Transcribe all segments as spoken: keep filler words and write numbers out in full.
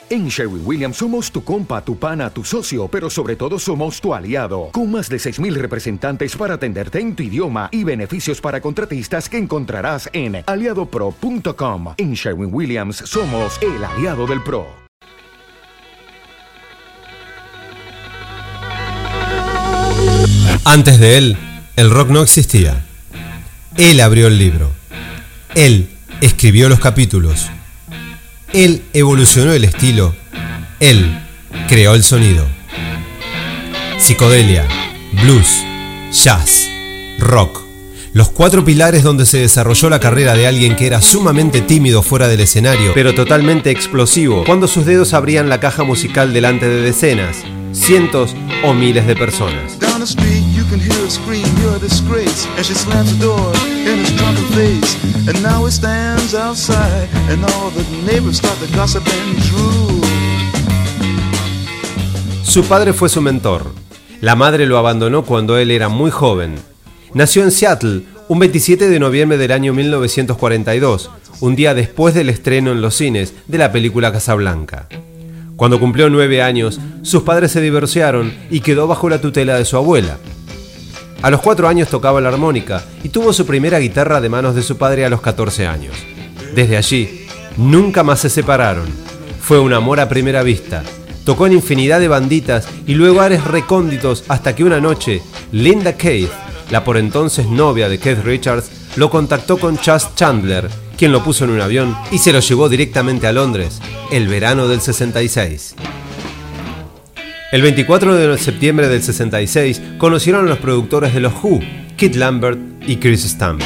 En Sherwin-Williams somos tu compa, tu pana, tu socio, pero sobre todo somos tu aliado, con más de seis mil representantes para atenderte en tu idioma y beneficios para contratistas que encontrarás en aliado pro punto com. En Sherwin-Williams somos el aliado del pro. Antes de él, el rock no existía. Él abrió el libro. Él escribió los capítulos. Él evolucionó el estilo. Él creó el sonido. Psicodelia, blues, jazz, rock. Los cuatro pilares donde se desarrolló la carrera de alguien que era sumamente tímido fuera del escenario, pero totalmente explosivo cuando sus dedos abrían la caja musical delante de decenas, cientos o miles de personas. Can hear her scream, you're a disgrace. And she slams the door in his drunken face. And now he stands outside, and all the neighbors start to gossip and drool. Su padre fue su mentor. La madre lo abandonó cuando él era muy joven. Nació en Seattle un veintisiete de noviembre del año mil novecientos cuarenta y dos, un día después del estreno en los cines de la película Casablanca. Cuando cumplió nueve años, sus padres se divorciaron y quedó bajo la tutela de su abuela. A los cuatro años tocaba la armónica y tuvo su primera guitarra de manos de su padre a los catorce años. Desde allí, nunca más se separaron. Fue un amor a primera vista. Tocó en infinidad de banditas y lugares recónditos hasta que una noche, Linda Keith, la por entonces novia de Keith Richards, lo contactó con Chas Chandler, quien lo puso en un avión y se lo llevó directamente a Londres, el verano del sesenta y seis. El veinticuatro de septiembre del sesenta y seis conocieron a los productores de los Who, Kit Lambert y Chris Stamp.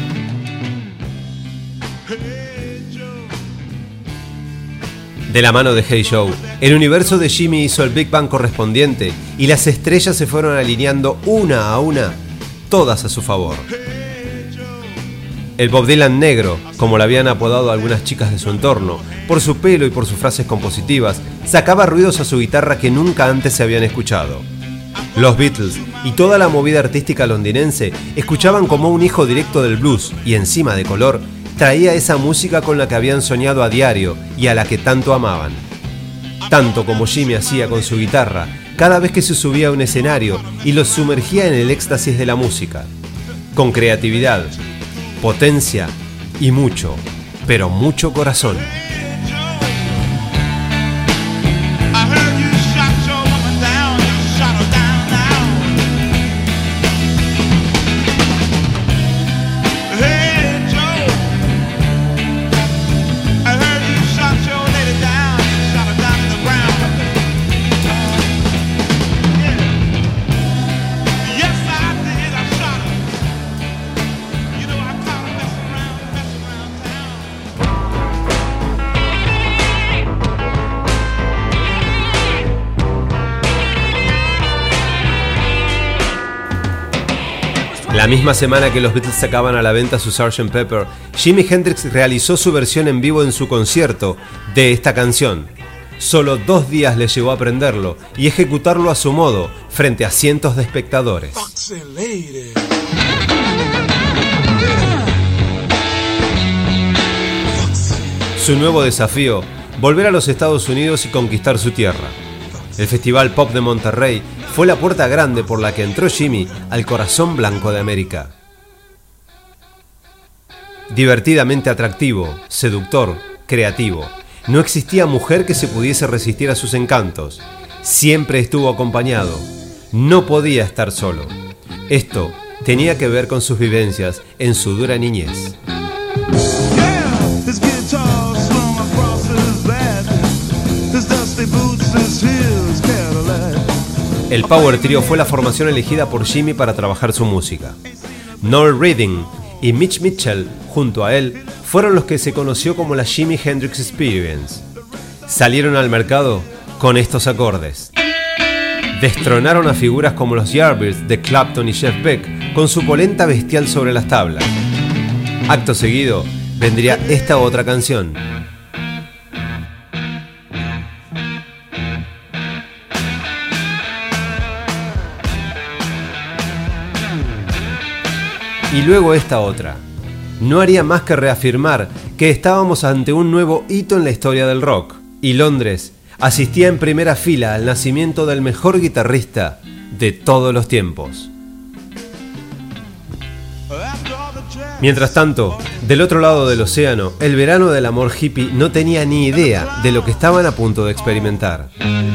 De la mano de Hey Joe, el universo de Jimmy hizo el Big Bang correspondiente y las estrellas se fueron alineando una a una, todas a su favor. El Bob Dylan negro, como lo habían apodado algunas chicas de su entorno, por su pelo y por sus frases compositivas, sacaba ruidos a su guitarra que nunca antes se habían escuchado. Los Beatles y toda la movida artística londinense escuchaban como un hijo directo del blues y encima de color traía esa música con la que habían soñado a diario y a la que tanto amaban. Tanto como Jimmy hacía con su guitarra cada vez que se subía a un escenario y los sumergía en el éxtasis de la música. Con creatividad, potencia y mucho, pero mucho corazón. La misma semana que los Beatles sacaban a la venta su sergeant Pepper, Jimi Hendrix realizó su versión en vivo en su concierto de esta canción. Solo dos días le llevó a aprenderlo y ejecutarlo a su modo, frente a cientos de espectadores. Su nuevo desafío, volver a los Estados Unidos y conquistar su tierra. El Festival Pop de Monterrey fue la puerta grande por la que entró Jimmy al corazón blanco de América. Divertidamente atractivo, seductor, creativo. No existía mujer que se pudiese resistir a sus encantos. Siempre estuvo acompañado. No podía estar solo. Esto tenía que ver con sus vivencias en su dura niñez. El Power Trio fue la formación elegida por Jimmy para trabajar su música. Noel Redding y Mitch Mitchell, junto a él, fueron los que se conoció como la Jimi Hendrix Experience. Salieron al mercado con estos acordes. Destronaron a figuras como los Yardbirds de Clapton y Jeff Beck con su polenta bestial sobre las tablas. Acto seguido, vendría esta otra canción. Y luego esta otra. No haría más que reafirmar que estábamos ante un nuevo hito en la historia del rock y Londres asistía en primera fila al nacimiento del mejor guitarrista de todos los tiempos. Mientras tanto, del otro lado del océano, el verano del amor hippie no tenía ni idea de lo que estaban a punto de experimentar.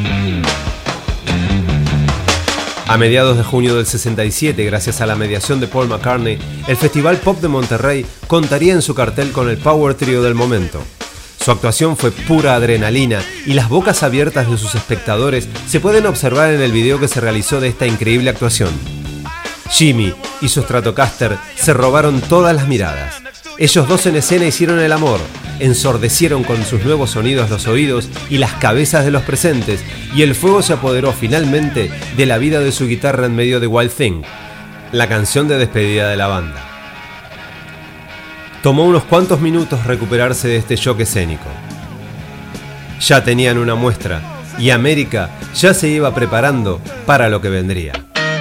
A mediados de junio del sesenta y siete, gracias a la mediación de Paul McCartney, el Festival Pop de Monterrey contaría en su cartel con el power trio del momento. Su actuación fue pura adrenalina y las bocas abiertas de sus espectadores se pueden observar en el video que se realizó de esta increíble actuación. Jimmy y su Stratocaster se robaron todas las miradas. Ellos dos en escena hicieron el amor, ensordecieron con sus nuevos sonidos los oídos y las cabezas de los presentes, y el fuego se apoderó finalmente de la vida de su guitarra en medio de Wild Thing, la canción de despedida de la banda. Tomó unos cuantos minutos recuperarse de este shock escénico. Ya tenían una muestra, y América ya se iba preparando para lo que vendría.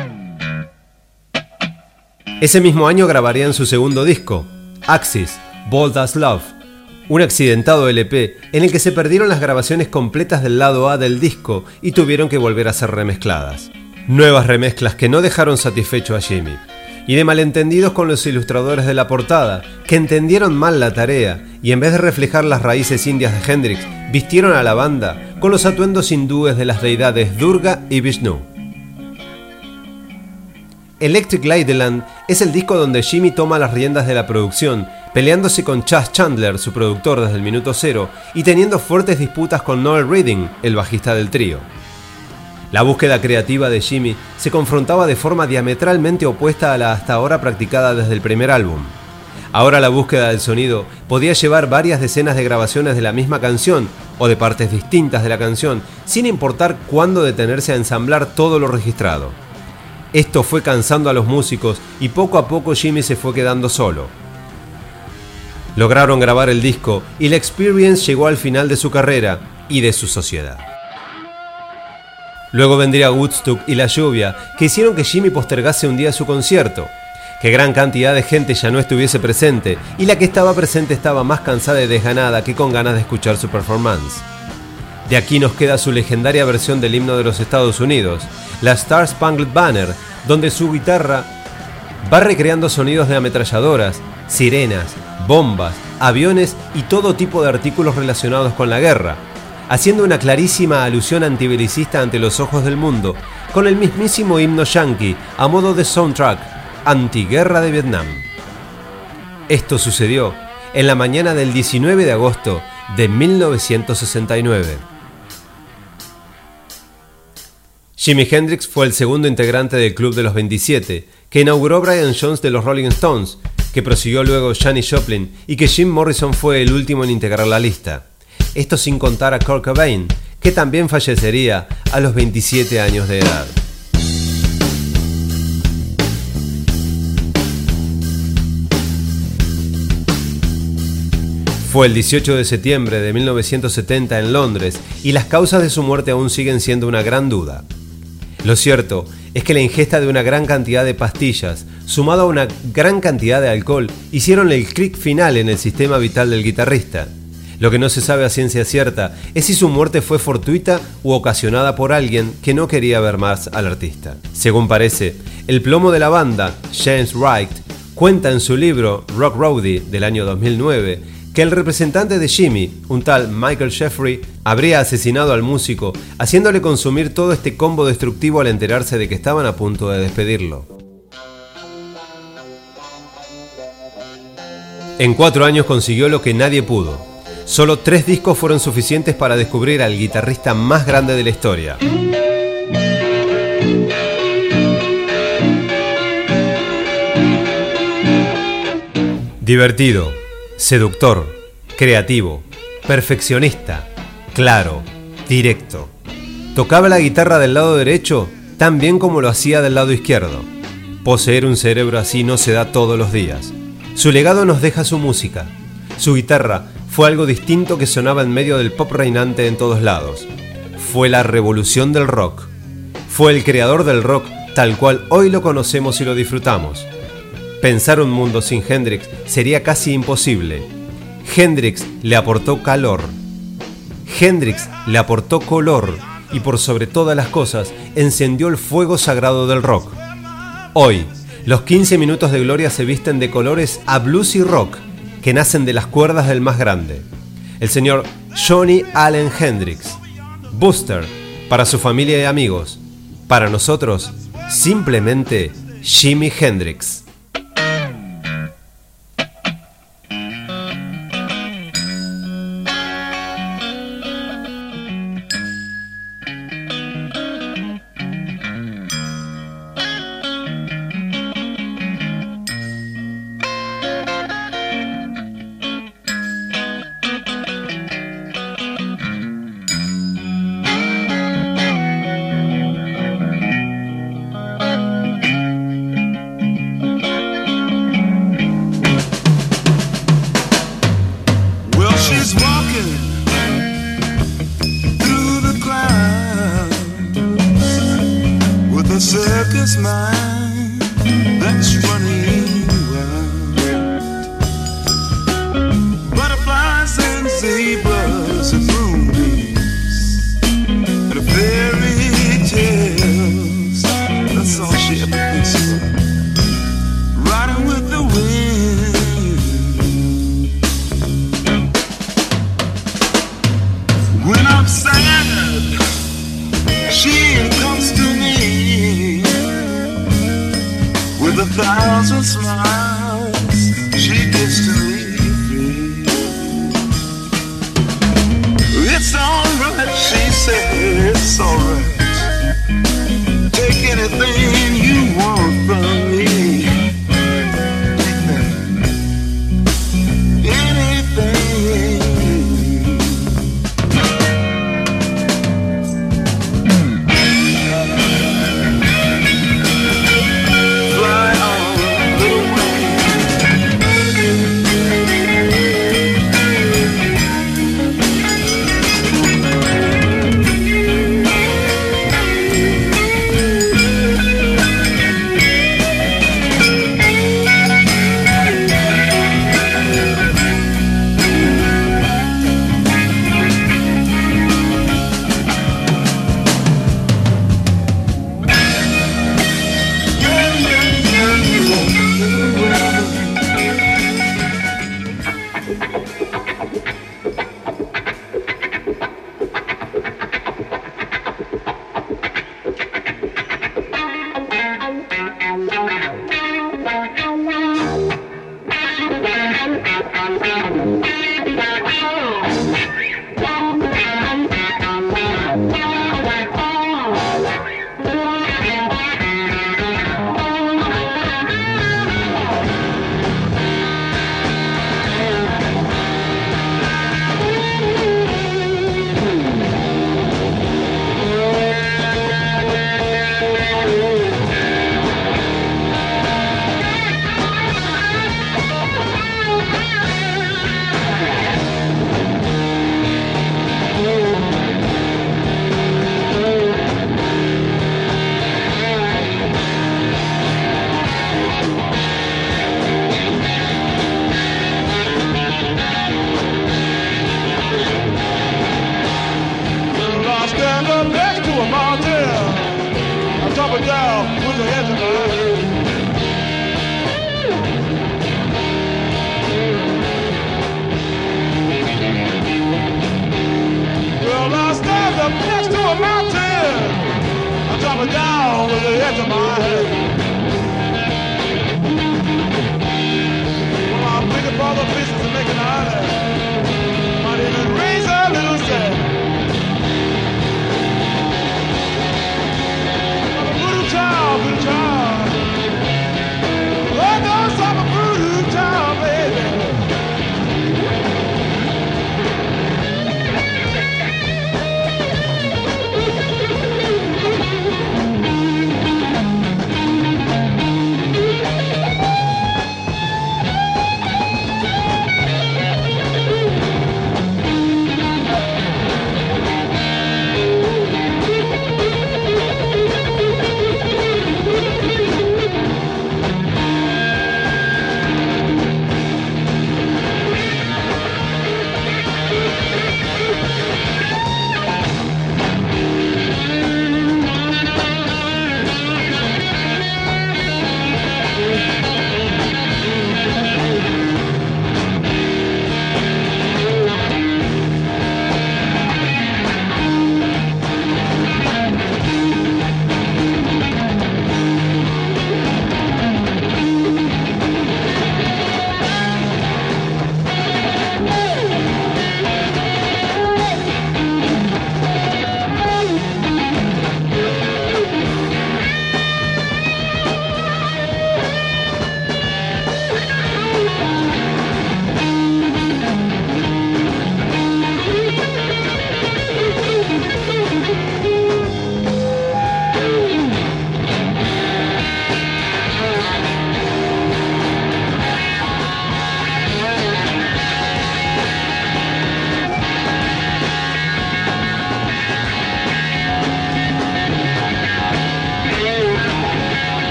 Ese mismo año grabarían su segundo disco, Axis, Bold as Love, un accidentado L P en el que se perdieron las grabaciones completas del lado A del disco y tuvieron que volver a ser remezcladas. Nuevas remezclas que no dejaron satisfecho a Jimmy, y de malentendidos con los ilustradores de la portada, que entendieron mal la tarea y en vez de reflejar las raíces indias de Hendrix, vistieron a la banda con los atuendos hindúes de las deidades Durga y Vishnu. Electric Ladyland es el disco donde Jimmy toma las riendas de la producción, peleándose con Chas Chandler, su productor desde el minuto cero, y teniendo fuertes disputas con Noel Redding, el bajista del trío. La búsqueda creativa de Jimmy se confrontaba de forma diametralmente opuesta a la hasta ahora practicada desde el primer álbum. Ahora la búsqueda del sonido podía llevar varias decenas de grabaciones de la misma canción o de partes distintas de la canción, sin importar cuándo detenerse a ensamblar todo lo registrado. Esto fue cansando a los músicos y poco a poco Jimmy se fue quedando solo. Lograron grabar el disco y la Experience llegó al final de su carrera y de su sociedad. Luego vendría Woodstock y la lluvia, que hicieron que Jimmy postergase un día su concierto, que gran cantidad de gente ya no estuviese presente y la que estaba presente estaba más cansada y desganada que con ganas de escuchar su performance. De aquí nos queda su legendaria versión del himno de los Estados Unidos, la Star Spangled Banner, donde su guitarra va recreando sonidos de ametralladoras, sirenas, bombas, aviones y todo tipo de artículos relacionados con la guerra, haciendo una clarísima alusión antibelicista ante los ojos del mundo, con el mismísimo himno yankee a modo de soundtrack, antiguerra de Vietnam. Esto sucedió en la mañana del diecinueve de agosto de mil novecientos sesenta y nueve. Jimi Hendrix fue el segundo integrante del Club de los veintisiete, que inauguró Brian Jones de los Rolling Stones, que prosiguió luego Janis Joplin y que Jim Morrison fue el último en integrar la lista. Esto sin contar a Kurt Cobain, que también fallecería a los veintisiete años de edad. Fue el dieciocho de septiembre de mil novecientos setenta en Londres y las causas de su muerte aún siguen siendo una gran duda. Lo cierto es que la ingesta de una gran cantidad de pastillas, sumado a una gran cantidad de alcohol, hicieron el clic final en el sistema vital del guitarrista. Lo que no se sabe a ciencia cierta es si su muerte fue fortuita u ocasionada por alguien que no quería ver más al artista. Según parece, el plomo de la banda, James Wright, cuenta en su libro Rock Rowdy del año dos mil nueve que el representante de Jimmy, un tal Michael Jeffrey, habría asesinado al músico, haciéndole consumir todo este combo destructivo al enterarse de que estaban a punto de despedirlo. En cuatro años consiguió lo que nadie pudo. Solo tres discos fueron suficientes para descubrir al guitarrista más grande de la historia. Divertido, seductor, creativo, perfeccionista, claro, directo. Tocaba la guitarra del lado derecho tan bien como lo hacía del lado izquierdo. Poseer un cerebro así no se da todos los días. Su legado nos deja su música. Su guitarra fue algo distinto que sonaba en medio del pop reinante en todos lados. Fue la revolución del rock. Fue el creador del rock tal cual hoy lo conocemos y lo disfrutamos. Pensar un mundo sin Hendrix sería casi imposible. Hendrix le aportó calor. Hendrix le aportó color y por sobre todas las cosas encendió el fuego sagrado del rock. Hoy, los quince minutos de gloria se visten de colores a blues y rock que nacen de las cuerdas del más grande, el señor Johnny Allen Hendrix. Buster, para su familia y amigos. Para nosotros, simplemente Jimi Hendrix.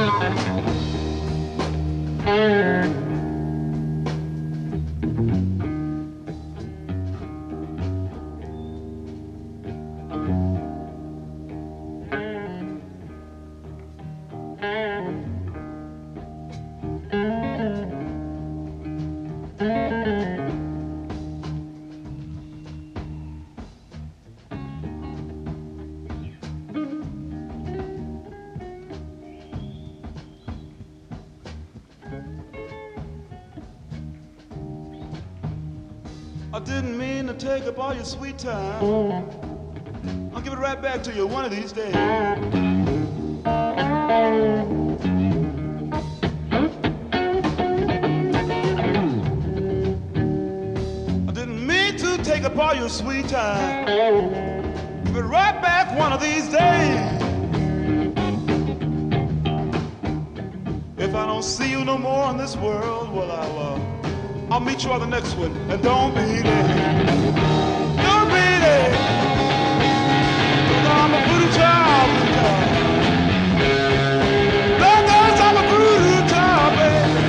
I didn't mean to take up all your sweet time. I'll give it right back to you one of these days. I didn't mean to take up all your sweet time. Give it right back one of these days. If I don't see you no more in this world, well, I'll, uh, I'll meet you on the next one. And don't be there. Don't be there. 'Cause I'm a voodoo child. Lord knows I'm a voodoo child, baby.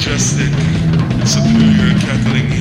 majestic, superior Kathleen